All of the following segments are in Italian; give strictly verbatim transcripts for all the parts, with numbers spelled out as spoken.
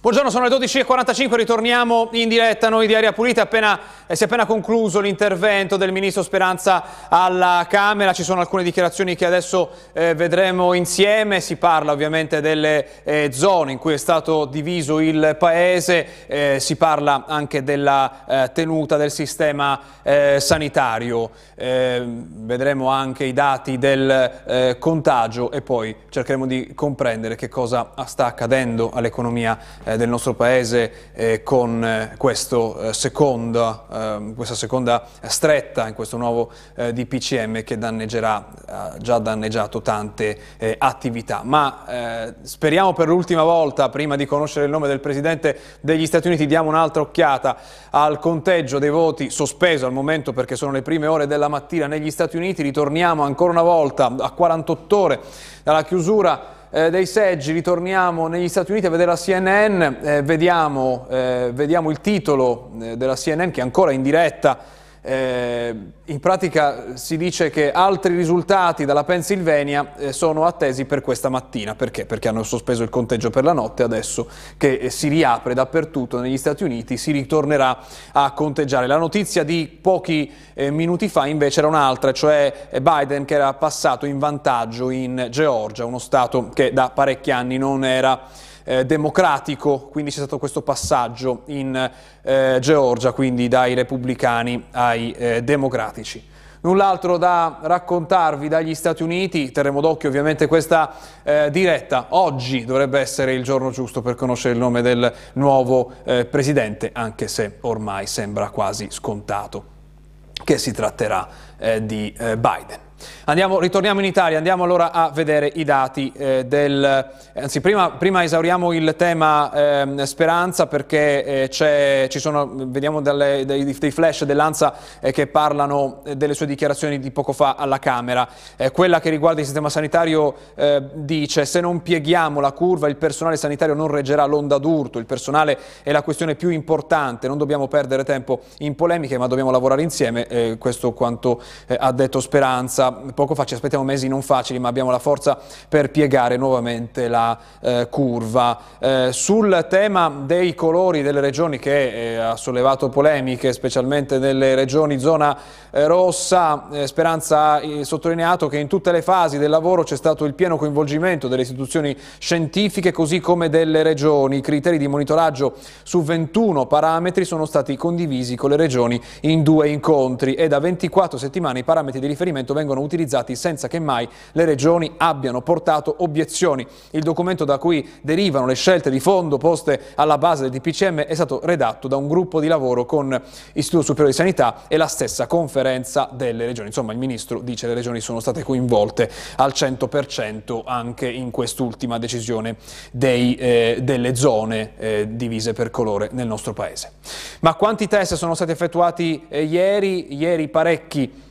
Buongiorno, sono le dodici e quarantacinque, ritorniamo in diretta noi di Aria Pulita. Appena, eh, si è appena concluso l'intervento del Ministro Speranza alla Camera, ci sono alcune dichiarazioni che adesso eh, vedremo insieme. Si parla ovviamente delle eh, zone in cui è stato diviso il Paese, eh, si parla anche della eh, tenuta del sistema eh, sanitario, eh, vedremo anche i dati del eh, contagio e poi cercheremo di comprendere che cosa sta accadendo all'economia eh, del nostro Paese eh, con eh, questo, eh, seconda, eh, questa seconda stretta in questo nuovo eh, D P C M che danneggerà, ha già danneggiato tante eh, attività. Ma eh, speriamo per l'ultima volta, prima di conoscere il nome del Presidente degli Stati Uniti, diamo un'altra occhiata al conteggio dei voti, sospeso al momento perché sono le prime ore della mattina negli Stati Uniti. Ritorniamo ancora una volta a quarantotto ore dalla chiusura Eh, dei seggi, ritorniamo negli Stati Uniti a vedere la C N N, eh, vediamo, eh, vediamo il titolo eh, della C N N che è ancora in diretta. Eh, in pratica si dice che altri risultati dalla Pennsylvania eh, sono attesi per questa mattina. Perché? Perché hanno sospeso il conteggio per la notte, adesso che eh, si riapre dappertutto negli Stati Uniti si ritornerà a conteggiare. La notizia di pochi eh, minuti fa invece era un'altra, cioè Biden che era passato in vantaggio in Georgia, uno stato che da parecchi anni non era Eh, democratico, quindi c'è stato questo passaggio in eh, Georgia, quindi dai repubblicani ai eh, democratici. Null'altro da raccontarvi dagli Stati Uniti, terremo d'occhio ovviamente questa eh, diretta. Oggi dovrebbe essere il giorno giusto per conoscere il nome del nuovo eh, presidente, anche se ormai sembra quasi scontato che si tratterà eh, di eh, Biden. Andiamo, ritorniamo in Italia, andiamo allora a vedere i dati eh, del... Anzi, prima, prima esauriamo il tema eh, Speranza perché eh, c'è, ci sono, vediamo dalle, dei, dei flash dell'ANSA eh, che parlano eh, delle sue dichiarazioni di poco fa alla Camera. Eh, quella che riguarda il sistema sanitario eh, dice: se non pieghiamo la curva il personale sanitario non reggerà l'onda d'urto, il personale è la questione più importante, non dobbiamo perdere tempo in polemiche ma dobbiamo lavorare insieme, eh, questo quanto eh, ha detto Speranza. Poco fa, ci aspettiamo mesi non facili, ma abbiamo la forza per piegare nuovamente la eh, curva. Eh, sul tema dei colori delle regioni, che eh, ha sollevato polemiche, specialmente nelle regioni zona eh, rossa, eh, Speranza ha eh, sottolineato che in tutte le fasi del lavoro c'è stato il pieno coinvolgimento delle istituzioni scientifiche così come delle regioni. I criteri di monitoraggio su ventuno parametri sono stati condivisi con le regioni in due incontri e da ventiquattro settimane i parametri di riferimento vengono utilizzati senza che mai le regioni abbiano portato obiezioni. Il documento da cui derivano le scelte di fondo poste alla base del D P C M è stato redatto da un gruppo di lavoro con Istituto Superiore di Sanità e la stessa conferenza delle regioni. Insomma, il Ministro dice che le regioni sono state coinvolte al cento per cento anche in quest'ultima decisione dei, eh, delle zone eh, divise per colore nel nostro Paese. Ma quanti test sono stati effettuati eh, ieri? Ieri parecchi,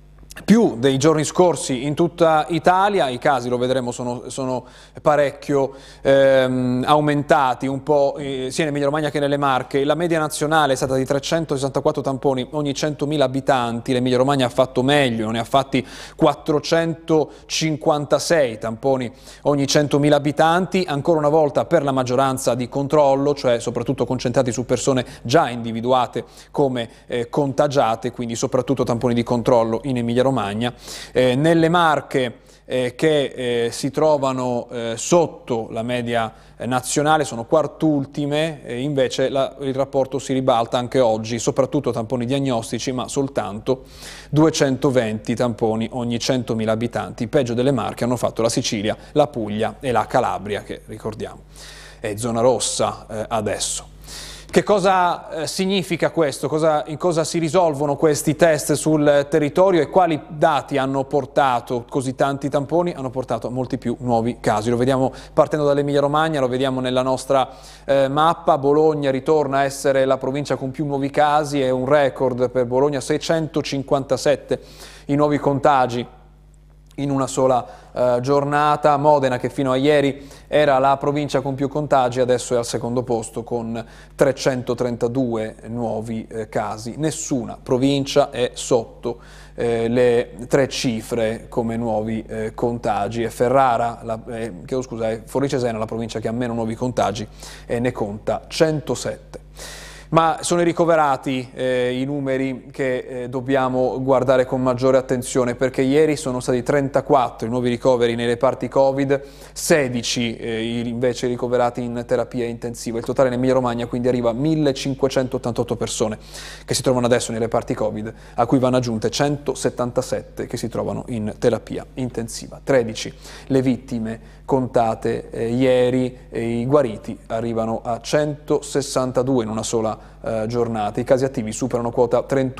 più dei giorni scorsi in tutta Italia. I casi, lo vedremo, sono, sono parecchio ehm, aumentati, un po' eh, sia in Emilia Romagna che nelle Marche. La media nazionale è stata di trecentosessantaquattro tamponi ogni centomila abitanti, l'Emilia Romagna ha fatto meglio, ne ha fatti quattrocentocinquantasei tamponi ogni centomila abitanti, ancora una volta per la maggioranza di controllo, cioè soprattutto concentrati su persone già individuate come eh, contagiate, quindi soprattutto tamponi di controllo in Emilia Romagna. Eh, nelle Marche eh, che eh, si trovano eh, sotto la media eh, nazionale sono quartultime, e invece la, il rapporto si ribalta anche oggi, soprattutto tamponi diagnostici, ma soltanto duecentoventi tamponi ogni centomila abitanti. Peggio delle Marche hanno fatto la Sicilia, la Puglia e la Calabria, che ricordiamo è zona rossa eh, adesso. Che cosa eh, significa questo? Cosa, in cosa si risolvono questi test sul territorio e quali dati hanno portato così tanti tamponi? Hanno portato a molti più nuovi casi. Lo vediamo partendo dall'Emilia Romagna, lo vediamo nella nostra eh, mappa. Bologna ritorna a essere la provincia con più nuovi casi, è un record per Bologna, seicentocinquantasette i nuovi contagi in una sola eh, giornata. Modena, che fino a ieri era la provincia con più contagi, adesso è al secondo posto con trecentotrentadue nuovi eh, casi. Nessuna provincia è sotto eh, le tre cifre come nuovi eh, contagi. E Ferrara, la, eh, chiedo scusa, è Forlì Cesena la provincia che ha meno nuovi contagi e ne conta centosette. Ma sono i ricoverati eh, i numeri che eh, dobbiamo guardare con maggiore attenzione, perché ieri sono stati trentaquattro i nuovi ricoveri nei reparti Covid, sedici eh, invece ricoverati in terapia intensiva. Il totale in Emilia-Romagna quindi arriva a millecinquecentottantotto persone che si trovano adesso nei reparti Covid, a cui vanno aggiunte centosettantasette che si trovano in terapia intensiva. tredici le vittime contate eh, ieri, e i guariti arrivano a centosessantadue in una sola eh, giornata. I casi attivi superano quota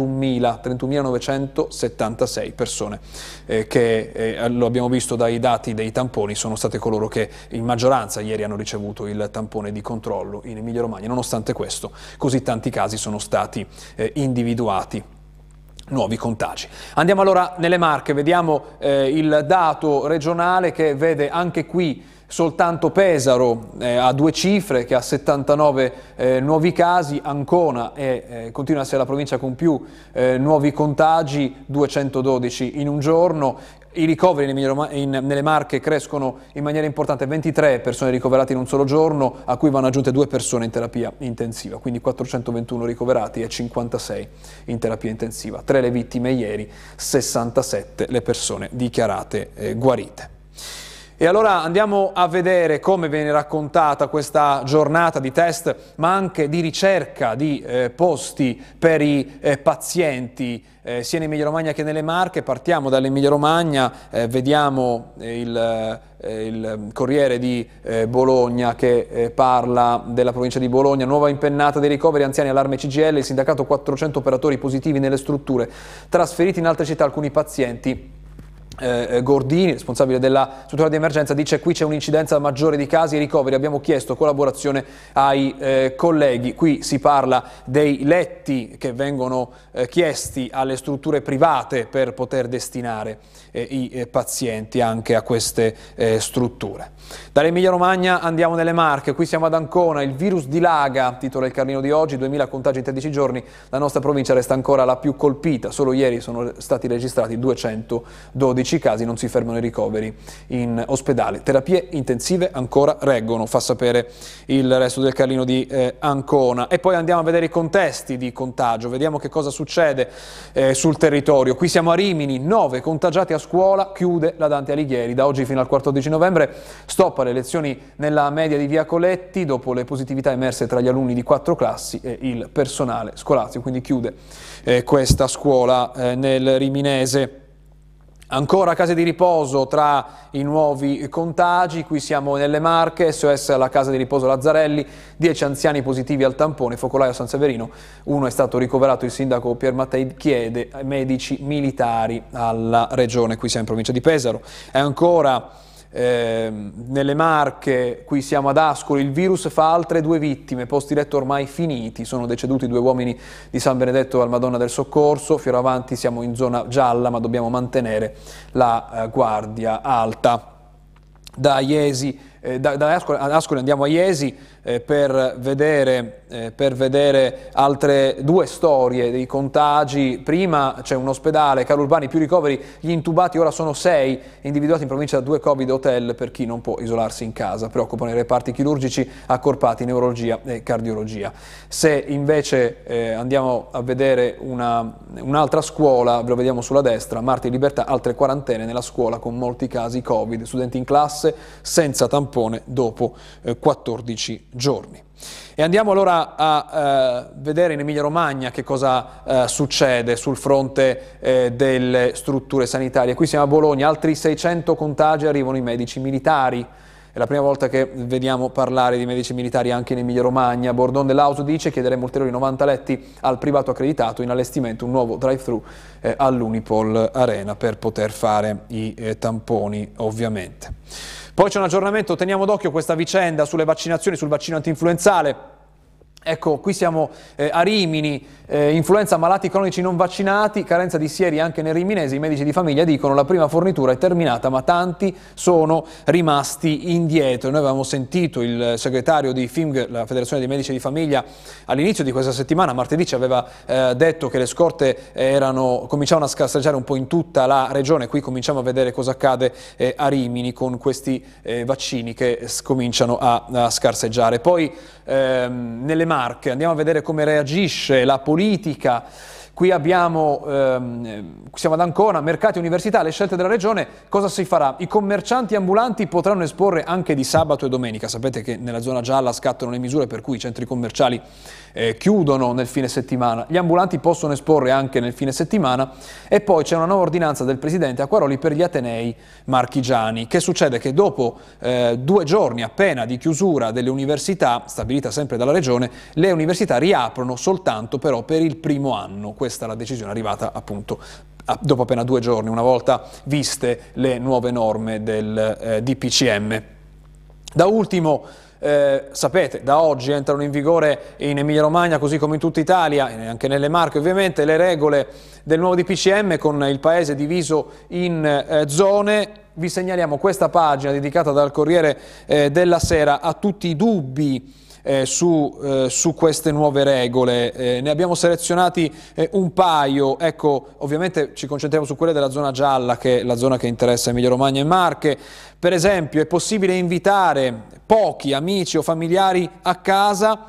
trentunomilanovecentosettantasei persone eh, che, eh, lo abbiamo visto dai dati dei tamponi, sono state coloro che in maggioranza ieri hanno ricevuto il tampone di controllo in Emilia-Romagna. Nonostante questo, così tanti casi sono stati eh, individuati. Nuovi contagi. Andiamo allora nelle Marche, vediamo eh, il dato regionale che vede anche qui soltanto Pesaro eh, a due cifre, che ha settantanove eh, nuovi casi. Ancona è, eh, continua a essere la provincia con più eh, nuovi contagi, duecentododici in un giorno. I ricoveri in, in, nelle Marche crescono in maniera importante, ventitré persone ricoverate in un solo giorno, a cui vanno aggiunte due persone in terapia intensiva, quindi quattrocentoventuno ricoverati e cinquantasei in terapia intensiva. tre le vittime ieri, sessantasette le persone dichiarate eh, guarite. E allora andiamo a vedere come viene raccontata questa giornata di test, ma anche di ricerca di eh, posti per i eh, pazienti, eh, sia in Emilia-Romagna che nelle Marche. Partiamo dall'Emilia-Romagna, eh, vediamo eh, il, eh, il Corriere di eh, Bologna che eh, parla della provincia di Bologna. Nuova impennata dei ricoveri anziani, allarme C G I L, il sindacato quattrocento operatori positivi nelle strutture, trasferiti in altre città alcuni pazienti. Eh, Gordini, responsabile della struttura di emergenza, dice: qui c'è un'incidenza maggiore di casi e ricoveri, abbiamo chiesto collaborazione ai eh, colleghi. Qui si parla dei letti che vengono eh, chiesti alle strutture private per poter destinare eh, i eh, pazienti anche a queste eh, strutture. Dall'Emilia Romagna andiamo nelle Marche, qui siamo ad Ancona. Il virus dilaga, titola il Carlino di oggi, duemila contagi in tredici giorni, la nostra provincia resta ancora la più colpita, solo ieri sono stati registrati duecentododici casi, non si fermano i ricoveri in ospedale. Terapie intensive ancora reggono, fa sapere il resto del Carlino di eh, Ancona. E poi andiamo a vedere i contesti di contagio, vediamo che cosa succede eh, sul territorio. Qui siamo a Rimini, nove contagiati a scuola, chiude la Dante Alighieri. Da oggi fino al quattordici novembre stop alle lezioni nella media di Via Coletti, dopo le positività emerse tra gli alunni di quattro classi e il personale scolastico, quindi chiude eh, questa scuola eh, nel riminese. Ancora case di riposo tra i nuovi contagi, qui siamo nelle Marche, S O S alla casa di riposo Lazzarelli, dieci anziani positivi al tampone, focolaio a San Severino, uno è stato ricoverato, il sindaco Pier Mattei chiede ai medici militari alla regione, qui siamo in provincia di Pesaro. E ancora Eh, nelle Marche, qui siamo ad Ascoli, il virus fa altre due vittime, posti letto ormai finiti, sono deceduti due uomini di San Benedetto al Madonna del Soccorso. Fioravanti siamo in zona gialla, ma dobbiamo mantenere la eh, guardia alta. Da Iesi, eh, da, da Ascoli, ad Ascoli andiamo a Iesi eh, per, vedere, eh, per vedere altre due storie dei contagi. Prima c'è un ospedale, Carlo Urbani, più ricoveri, gli intubati ora sono sei, individuati in provincia da due Covid hotel per chi non può isolarsi in casa. Preoccupano i reparti chirurgici, accorpati, neurologia e cardiologia. Se invece eh, andiamo a vedere un'altra scuola, ve lo vediamo sulla destra, Marti Libertà, altre quarantene nella scuola con molti casi Covid, studenti in classe senza tampone dopo eh, quattordici giorni. E andiamo allora a eh, vedere in Emilia Romagna che cosa eh, succede sul fronte eh, delle strutture sanitarie. Qui siamo a Bologna, altri seicento contagi, arrivano i medici militari. È la prima volta che vediamo parlare di medici militari anche in Emilia Romagna. Bordon dell'Auto dice: chiederemo ulteriori novanta letti al privato accreditato, in allestimento un nuovo drive-thru eh, all'Unipol Arena per poter fare i eh, tamponi, ovviamente. Poi c'è un aggiornamento, teniamo d'occhio questa vicenda sulle vaccinazioni, sul vaccino antinfluenzale. Ecco, qui siamo eh, a Rimini, eh, influenza, malati cronici non vaccinati, carenza di sieri anche nel riminese. I medici di famiglia dicono la prima fornitura è terminata ma tanti sono rimasti indietro. Noi avevamo sentito il segretario di F I M G, la Federazione dei Medici di Famiglia, all'inizio di questa settimana, martedì, ci aveva eh, detto che le scorte erano, cominciavano a scarseggiare un po' in tutta la regione. Qui cominciamo a vedere cosa accade eh, a Rimini con questi eh, vaccini che cominciano a, a scarseggiare. Poi ehm, nelle Marche andiamo a vedere come reagisce la politica. Qui abbiamo, ehm, siamo ad Ancona, mercati, università, le scelte della regione, cosa si farà? I commercianti ambulanti potranno esporre anche di sabato e domenica. Sapete che nella zona gialla scattano le misure per cui i centri commerciali eh, chiudono nel fine settimana. Gli ambulanti possono esporre anche nel fine settimana. E poi c'è una nuova ordinanza del presidente Acquaroli per gli atenei marchigiani. Che succede? Che dopo eh, due giorni appena di chiusura delle università, stabilita sempre dalla regione, le università riaprono soltanto però per il primo anno. Questa è la decisione arrivata appunto dopo appena due giorni, una volta viste le nuove norme del eh, D P C M. Da ultimo, eh, sapete, da oggi entrano in vigore in Emilia-Romagna, così come in tutta Italia, e anche nelle Marche ovviamente, le regole del nuovo D P C M con il paese diviso in eh, zone. Vi segnaliamo questa pagina dedicata dal Corriere eh, della Sera a tutti i dubbi Eh, su, eh, su queste nuove regole. Eh, ne abbiamo selezionati eh, un paio. Ecco, ovviamente ci concentriamo su quelle della zona gialla, che è la zona che interessa Emilia Romagna e Marche. Per esempio, è possibile invitare pochi amici o familiari a casa.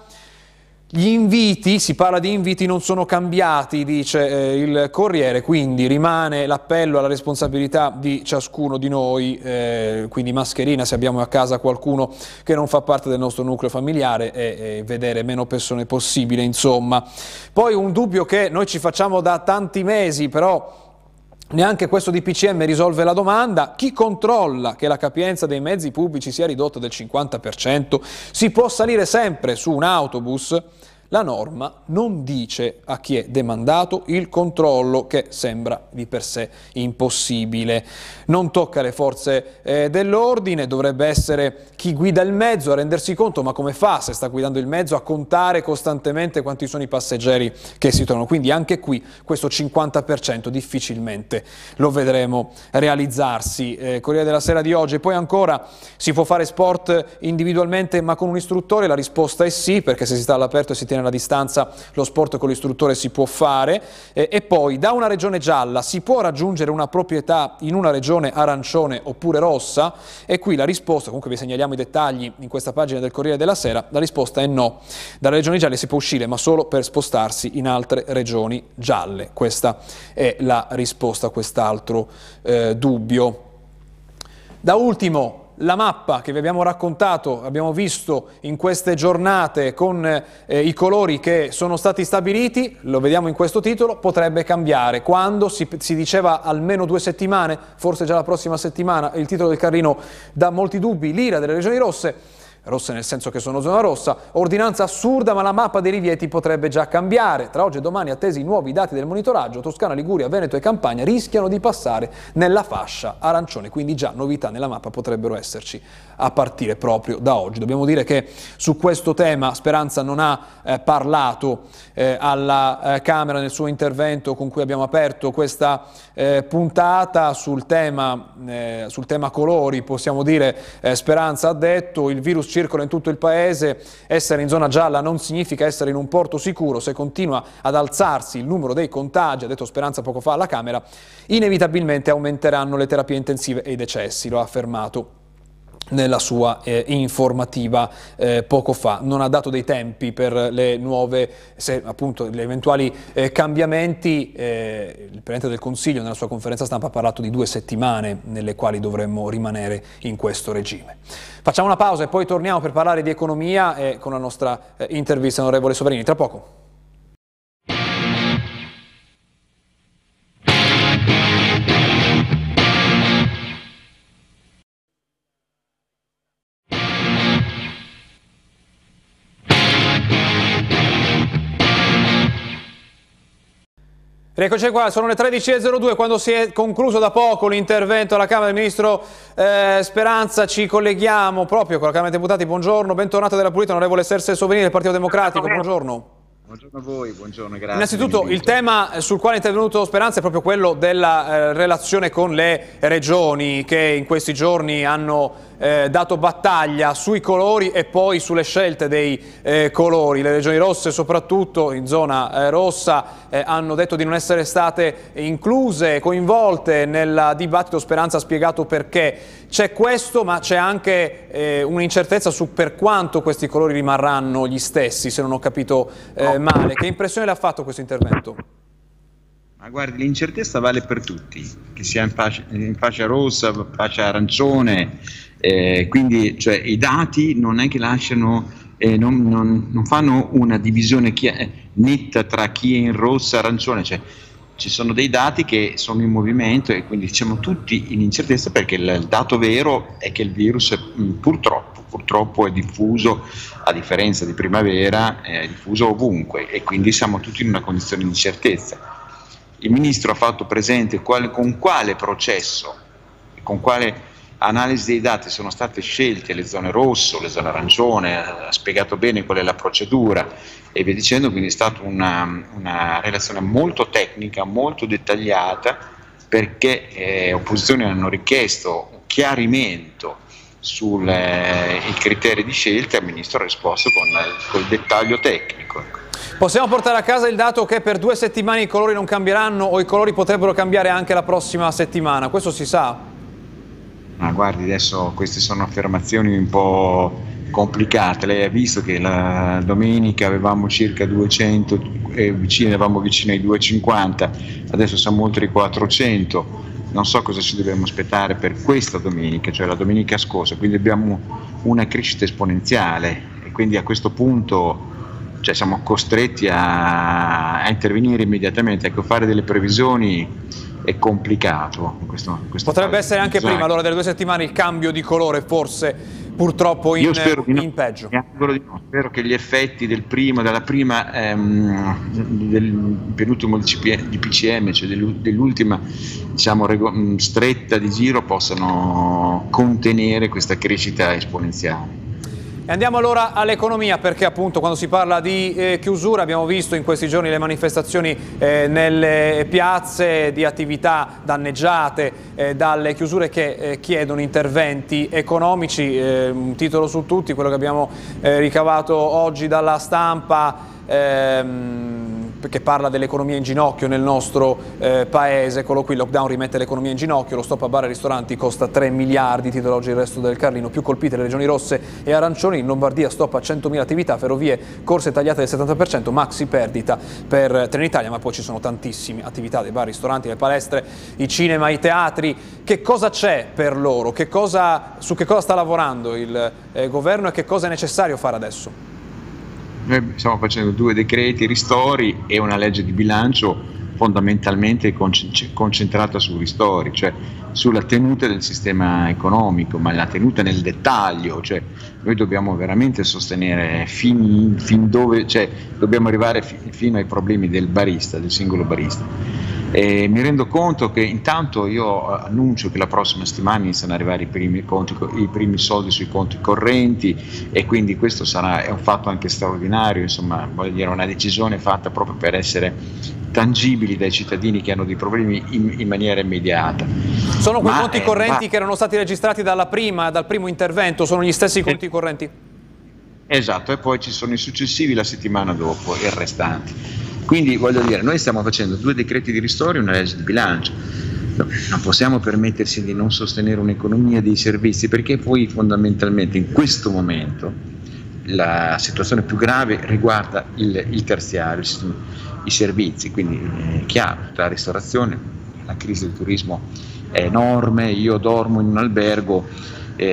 Gli inviti, si parla di inviti, non sono cambiati, dice eh, il Corriere, quindi rimane l'appello alla responsabilità di ciascuno di noi, eh, quindi mascherina se abbiamo a casa qualcuno che non fa parte del nostro nucleo familiare e, e vedere meno persone possibile, insomma. Poi un dubbio che noi ci facciamo da tanti mesi, però neanche questo D P C M risolve la domanda: chi controlla che la capienza dei mezzi pubblici sia ridotta del cinquanta per cento? Si può salire sempre su un autobus? La norma non dice a chi è demandato il controllo, che sembra di per sé impossibile. Non tocca alle forze eh, dell'ordine, dovrebbe essere chi guida il mezzo a rendersi conto, ma come fa, se sta guidando il mezzo, a contare costantemente quanti sono i passeggeri che si trovano? Quindi anche qui questo cinquanta per cento difficilmente lo vedremo realizzarsi. Eh, Corriere della Sera di oggi. E poi ancora, si può fare sport individualmente ma con un istruttore? La risposta è sì, perché se si sta all'aperto e si tiene alla distanza, lo sport con l'istruttore si può fare. Eh, e poi da una regione gialla si può raggiungere una proprietà in una regione arancione oppure rossa? E qui la risposta, comunque vi segnaliamo i dettagli in questa pagina del Corriere della Sera, la risposta è no. Dalle regioni gialle si può uscire, ma solo per spostarsi in altre regioni gialle. Questa è la risposta a quest'altro eh, dubbio. Da ultimo, la mappa che vi abbiamo raccontato, abbiamo visto in queste giornate con eh, i colori che sono stati stabiliti, lo vediamo in questo titolo, potrebbe cambiare. Quando si, si diceva almeno due settimane, forse già la prossima settimana. Il titolo del Carlino dà molti dubbi. L'ira delle regioni rosse, rosse nel senso che sono zona rossa, ordinanza assurda, ma la mappa dei divieti potrebbe già cambiare. Tra oggi e domani, attesi i nuovi dati del monitoraggio, Toscana, Liguria, Veneto e Campania rischiano di passare nella fascia arancione, quindi già novità nella mappa potrebbero esserci a partire proprio da oggi. Dobbiamo dire che su questo tema Speranza non ha eh, parlato eh, alla eh, Camera nel suo intervento con cui abbiamo aperto questa eh, puntata sul tema, eh, sul tema colori. Possiamo dire, eh, Speranza ha detto: il virus circola in tutto il paese, essere in zona gialla non significa essere in un porto sicuro. Se continua ad alzarsi il numero dei contagi, ha detto Speranza poco fa alla Camera, inevitabilmente aumenteranno le terapie intensive e i decessi, lo ha affermato nella sua eh, informativa eh, poco fa. Non ha dato dei tempi per le nuove, se appunto gli eventuali eh, cambiamenti. Eh, il Presidente del Consiglio nella sua conferenza stampa ha parlato di due settimane nelle quali dovremmo rimanere in questo regime. Facciamo una pausa e poi torniamo per parlare di economia e con la nostra eh, intervista onorevole Soverini. Tra poco. Rieccoci qua, sono le tredici e zero due, quando si è concluso da poco l'intervento alla Camera del Ministro eh, Speranza. Ci colleghiamo proprio con la Camera dei Deputati. Buongiorno, bentornato della Pulita, onorevole Serse Sovenini del Partito Democratico. Buongiorno. Buongiorno a voi, buongiorno, grazie. Innanzitutto il tema sul quale è intervenuto Speranza è proprio quello della eh, relazione con le regioni che in questi giorni hanno eh, dato battaglia sui colori e poi sulle scelte dei eh, colori. Le regioni rosse, soprattutto in zona eh, rossa, eh, hanno detto di non essere state incluse, coinvolte nel dibattito. Speranza ha spiegato perché. C'è questo, ma c'è anche eh, un'incertezza su per quanto questi colori rimarranno gli stessi, se non ho capito eh, male. Che impressione le ha fatto questo intervento? Ma guardi, l'incertezza vale per tutti, che sia in fascia, in fascia rossa, fascia arancione, eh, quindi cioè, i dati non è che lasciano, eh, non, non, non fanno una divisione netta tra chi è in rossa e arancione, cioè, ci sono dei dati che sono in movimento e quindi siamo tutti in incertezza, perché il dato vero è che il virus purtroppo, purtroppo è diffuso, a differenza di primavera, è diffuso ovunque e quindi siamo tutti in una condizione di incertezza. Il Ministro ha fatto presente quale, con quale processo, con quale analisi dei dati sono state scelte le zone rosse, le zone arancione, ha spiegato bene qual è la procedura e via dicendo, quindi è stata una, una relazione molto tecnica, molto dettagliata, perché eh, opposizioni hanno richiesto un chiarimento sui eh, criteri di scelta e il Ministro ha risposto con, con il dettaglio tecnico. Possiamo portare a casa il dato che per due settimane i colori non cambieranno o i colori potrebbero cambiare anche la prossima settimana, questo si sa? Ma guardi, adesso queste sono affermazioni un po' complicate. Lei ha visto che la domenica avevamo circa duecento, eh, vicini, eravamo vicini ai duecentocinquanta, adesso siamo oltre i quattrocento. Non so cosa ci dobbiamo aspettare per questa domenica, cioè la domenica scorsa, quindi abbiamo una crescita esponenziale e quindi a questo punto cioè, siamo costretti a, a intervenire immediatamente. Ecco, fare delle previsioni è complicato. In questo, in questo Potrebbe caso. essere anche Bisogna... prima, allora, delle due settimane il cambio di colore, forse purtroppo in, no. in peggio. Io spero di no. Spero che gli effetti del primo, della prima, ehm, del penultimo di P C M, cioè dell'ultima diciamo, stretta di giro, possano contenere questa crescita esponenziale. E andiamo allora all'economia, perché appunto quando si parla di eh, chiusura abbiamo visto in questi giorni le manifestazioni eh, nelle piazze di attività danneggiate eh, dalle chiusure che eh, chiedono interventi economici. Eh, un titolo su tutti, quello che abbiamo eh, ricavato oggi dalla stampa, ehm, che parla dell'economia in ginocchio nel nostro eh, paese. Eccolo qui: lockdown rimette l'economia in ginocchio, lo stop a bar e ristoranti costa tre miliardi, titola oggi il Resto del Carlino. Più colpite le regioni rosse e arancioni, in Lombardia stop a centomila attività, ferrovie corse tagliate del settanta per cento, maxi perdita per Trenitalia, ma poi ci sono tantissime attività, dei bar, ristoranti, le palestre, i cinema, i teatri. Che cosa c'è per loro? Che cosa, su che cosa sta lavorando il eh, governo e che cosa è necessario fare adesso? Noi stiamo facendo due decreti ristori e una legge di bilancio fondamentalmente concentrata sui ristori, cioè sulla tenuta del sistema economico, ma la tenuta nel dettaglio, cioè noi dobbiamo veramente sostenere fin, fin dove, cioè dobbiamo arrivare fi, fino ai problemi del barista, del singolo barista. E mi rendo conto che intanto io annuncio che la prossima settimana iniziano ad arrivare i primi, conti, i primi soldi sui conti correnti e quindi questo sarà, è un fatto anche straordinario, insomma, voglio dire, una decisione fatta proprio per essere tangibili dai cittadini che hanno dei problemi in, in maniera immediata. Sono quei ma, conti eh, correnti ma... che erano stati registrati dalla prima, dal primo intervento, sono gli stessi conti eh. correnti? Esatto, e poi ci sono i successivi la settimana dopo, il restante. Quindi voglio dire, noi stiamo facendo due decreti di ristoro e una legge di bilancio. Non possiamo permettersi di non sostenere un'economia dei servizi, perché poi fondamentalmente in questo momento la situazione più grave riguarda il, il terziario, il, i servizi, quindi è chiaro, la ristorazione, la crisi del turismo è enorme. Io dormo in un albergo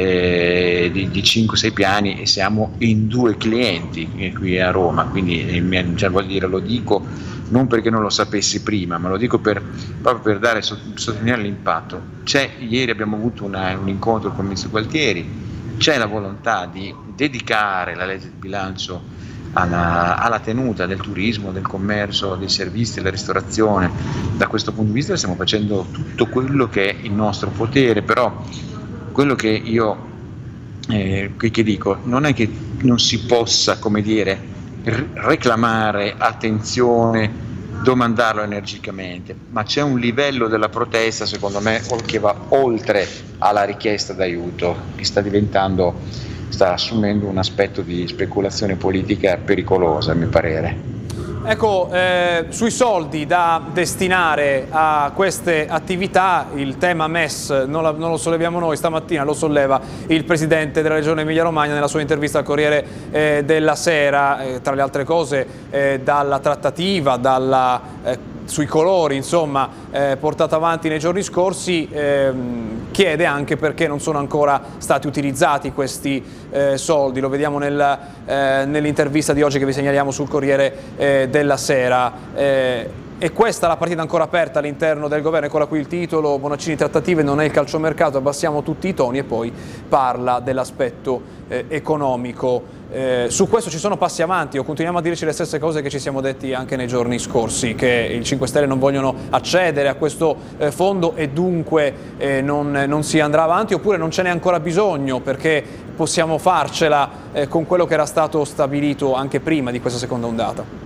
Eh, di, di cinque sei piani e siamo in due clienti eh, qui a Roma, quindi eh, cioè, vuol dire, lo dico non perché non lo sapessi prima, ma lo dico per, proprio per dare, sottolineare l'impatto. C'è, ieri abbiamo avuto una, un incontro con il ministro Gualtieri, c'è la volontà di dedicare la legge di bilancio alla, alla tenuta del turismo, del commercio, dei servizi, della ristorazione. Da questo punto di vista stiamo facendo tutto quello che è il nostro potere, però quello che io eh, che dico non è che non si possa, come dire, reclamare attenzione, domandarlo energicamente, ma c'è un livello della protesta secondo me che va oltre alla richiesta d'aiuto, che sta diventando, sta assumendo un aspetto di speculazione politica pericolosa, a mio parere. Ecco, eh, sui soldi da destinare a queste attività, il tema M E S non, la, non lo solleviamo noi, stamattina lo solleva il Presidente della Regione Emilia-Romagna nella sua intervista al Corriere eh, della Sera, eh, tra le altre cose eh, dalla trattativa, dalla, eh, sui colori, insomma, eh, portata avanti nei giorni scorsi, ehm, chiede anche perché non sono ancora stati utilizzati questi eh, soldi. Lo vediamo nel, eh, nell'intervista di oggi che vi segnaliamo sul Corriere eh, della Sera. Eh, E questa è la partita ancora aperta all'interno del governo, eccola qui il titolo, Bonaccini trattative, non è il calciomercato, abbassiamo tutti i toni, e poi parla dell'aspetto eh, economico. Eh, su questo ci sono passi avanti, o continuiamo a dirci le stesse cose che ci siamo detti anche nei giorni scorsi, che i cinque Stelle non vogliono accedere a questo eh, fondo e dunque eh, non, non si andrà avanti, oppure non ce n'è ancora bisogno perché possiamo farcela eh, con quello che era stato stabilito anche prima di questa seconda ondata?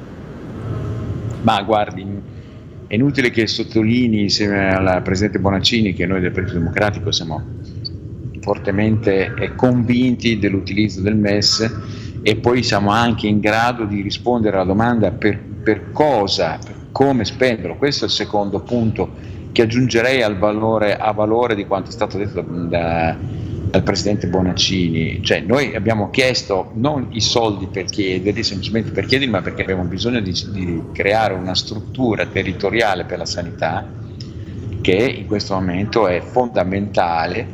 Ma guardi, è inutile che sottolinei insieme al Presidente Bonaccini che noi del Partito Democratico siamo fortemente convinti dell'utilizzo del M E S, e poi siamo anche in grado di rispondere alla domanda per, per cosa, per come spenderlo. Questo è il secondo punto che aggiungerei al valore, a valore di quanto è stato detto da, dal Presidente Bonaccini. Cioè, noi abbiamo chiesto non i soldi per chiederli, semplicemente per chiederli, ma perché abbiamo bisogno di, di creare una struttura territoriale per la sanità che in questo momento è fondamentale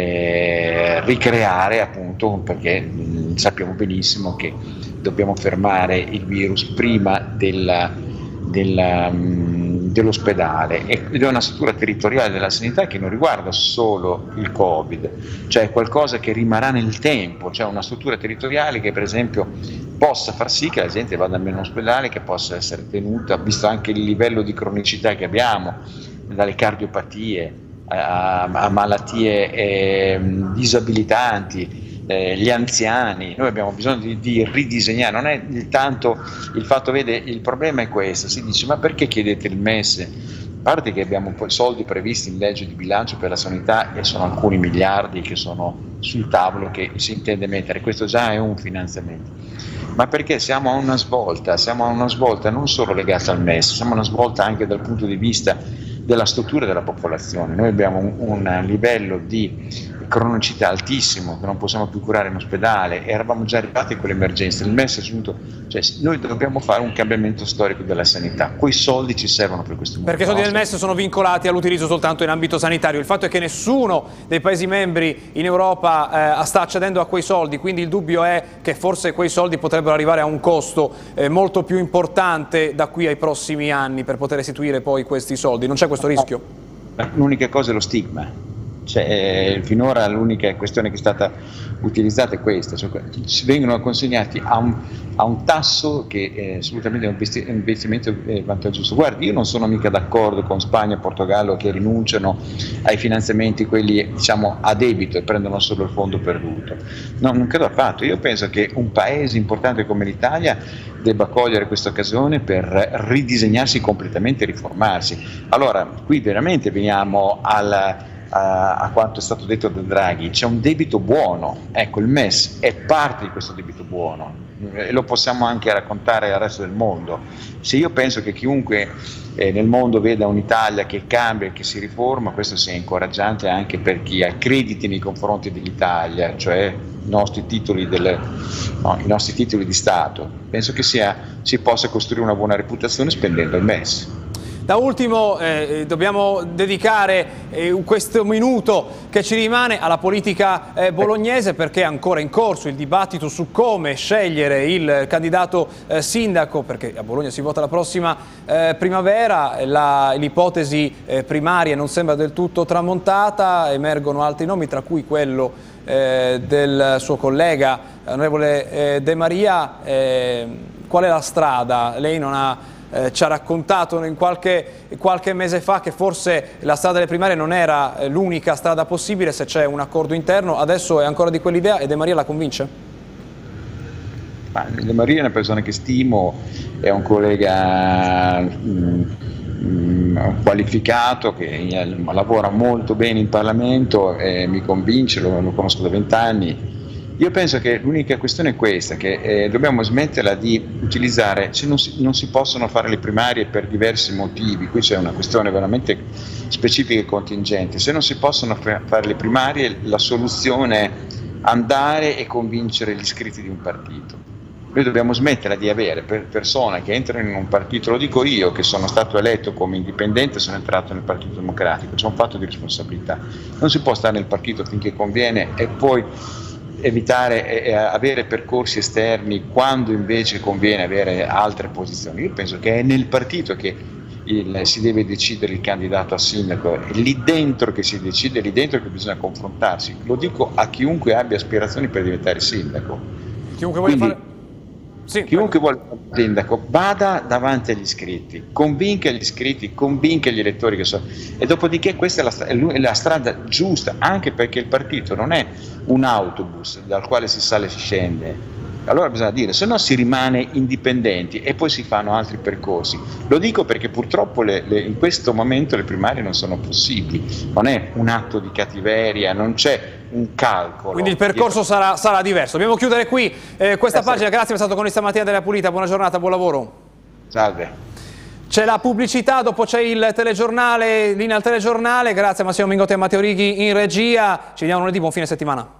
eh, ricreare, appunto, perché mh, sappiamo benissimo che dobbiamo fermare il virus prima della, della, mh, dell'ospedale, ed è una struttura territoriale della sanità che non riguarda solo il Covid, cioè qualcosa che rimarrà nel tempo, cioè una struttura territoriale che per esempio possa far sì che la gente vada meno in ospedale, che possa essere tenuta, visto anche il livello di cronicità che abbiamo, dalle cardiopatie a, a malattie eh, disabilitanti, eh, gli anziani. Noi abbiamo bisogno di, di ridisegnare, non è il tanto il fatto, vede, il problema è questo, si dice ma perché chiedete il M E S? A parte che abbiamo poi soldi previsti in legge di bilancio per la sanità e sono alcuni miliardi che sono sul tavolo che si intende mettere, questo già è un finanziamento, ma perché siamo a una svolta, siamo a una svolta non solo legata al M E S, siamo a una svolta anche dal punto di vista della struttura della popolazione. Noi abbiamo un, un livello di cronicità altissimo che non possiamo più curare in ospedale, e eravamo già arrivati a quell'emergenza. Il M E S è giunto, cioè noi dobbiamo fare un cambiamento storico della sanità, quei soldi ci servono per questo momento. Perché i soldi del M E S sono vincolati all'utilizzo soltanto in ambito sanitario, il fatto è che nessuno dei Paesi membri in Europa eh, sta accedendo a quei soldi, quindi il dubbio è che forse quei soldi potrebbero arrivare a un costo eh, molto più importante da qui ai prossimi anni per poter restituire poi questi soldi, non c'è questo rischio? L'unica cosa è lo stigma. Cioè, finora l'unica questione che è stata utilizzata è questa, cioè, si vengono consegnati a un, a un tasso che è assolutamente un investimento vantaggioso. Guardi, io non sono mica d'accordo con Spagna e Portogallo che rinunciano ai finanziamenti, quelli diciamo a debito, e prendono solo il fondo perduto. No, non credo affatto. Io penso che un paese importante come l'Italia debba cogliere questa occasione per ridisegnarsi completamente e riformarsi. Allora, qui veramente veniamo al A, a quanto è stato detto da Draghi, c'è un debito buono, ecco, il M E S è parte di questo debito buono e lo possiamo anche raccontare al resto del mondo. Se io penso che chiunque eh, nel mondo veda un'Italia che cambia e che si riforma, questo sia incoraggiante anche per chi ha crediti nei confronti dell'Italia, cioè i nostri titoli, del, no, i nostri titoli di Stato. Penso che sia, si possa costruire una buona reputazione spendendo il M E S. Da ultimo eh, dobbiamo dedicare eh, questo minuto che ci rimane alla politica eh, bolognese, perché è ancora in corso il dibattito su come scegliere il candidato eh, sindaco, perché a Bologna si vota la prossima eh, primavera, l'ipotesi eh, primaria non sembra del tutto tramontata, emergono altri nomi tra cui quello eh, del suo collega, onorevole eh, De Maria, eh, qual è la strada? Lei non ha, eh, ci ha raccontato in qualche, qualche mese fa che forse la strada delle primarie non era eh, l'unica strada possibile se c'è un accordo interno, adesso è ancora di quell'idea e De Maria la convince? De Maria è una persona che stimo, è un collega mh, mh, qualificato che lavora molto bene in Parlamento e mi convince, lo, lo conosco da vent'anni. Io penso che l'unica questione è questa, che eh, dobbiamo smetterla di utilizzare, cioè non, si, non si possono fare le primarie per diversi motivi, qui c'è una questione veramente specifica e contingente, se non si possono fare le primarie la soluzione è andare e convincere gli iscritti di un partito. Noi dobbiamo smettere di avere per persone che entrano in un partito, lo dico io che sono stato eletto come indipendente, sono entrato nel Partito Democratico, c'è un fatto di responsabilità, non si può stare nel partito finché conviene e poi evitare e avere percorsi esterni quando invece conviene avere altre posizioni. Io penso che è nel partito che il, si deve decidere il candidato a sindaco, è lì dentro che si decide, è lì dentro che bisogna confrontarsi, lo dico a chiunque abbia aspirazioni per diventare sindaco. Chiunque voglia Quindi, fare... Sì, chiunque vuole fare sindaco vada davanti agli iscritti, convinca gli iscritti, convinca gli elettori che sono, e dopodiché questa è la, è la strada giusta, anche perché il partito non è un autobus dal quale si sale e si scende. Allora bisogna dire, se no si rimane indipendenti e poi si fanno altri percorsi. Lo dico perché purtroppo le, le, in questo momento le primarie non sono possibili, non è un atto di cattiveria, non c'è un calcolo. Quindi il percorso sarà, sarà diverso. Dobbiamo chiudere qui eh, questa pagina, grazie per essere stato con noi stamattina della Pulita, buona giornata, buon lavoro. Salve. C'è la pubblicità, dopo c'è il telegiornale, linea al telegiornale, grazie a Massimo Mingotti e Matteo Righi in regia, ci vediamo lunedì, buon fine settimana.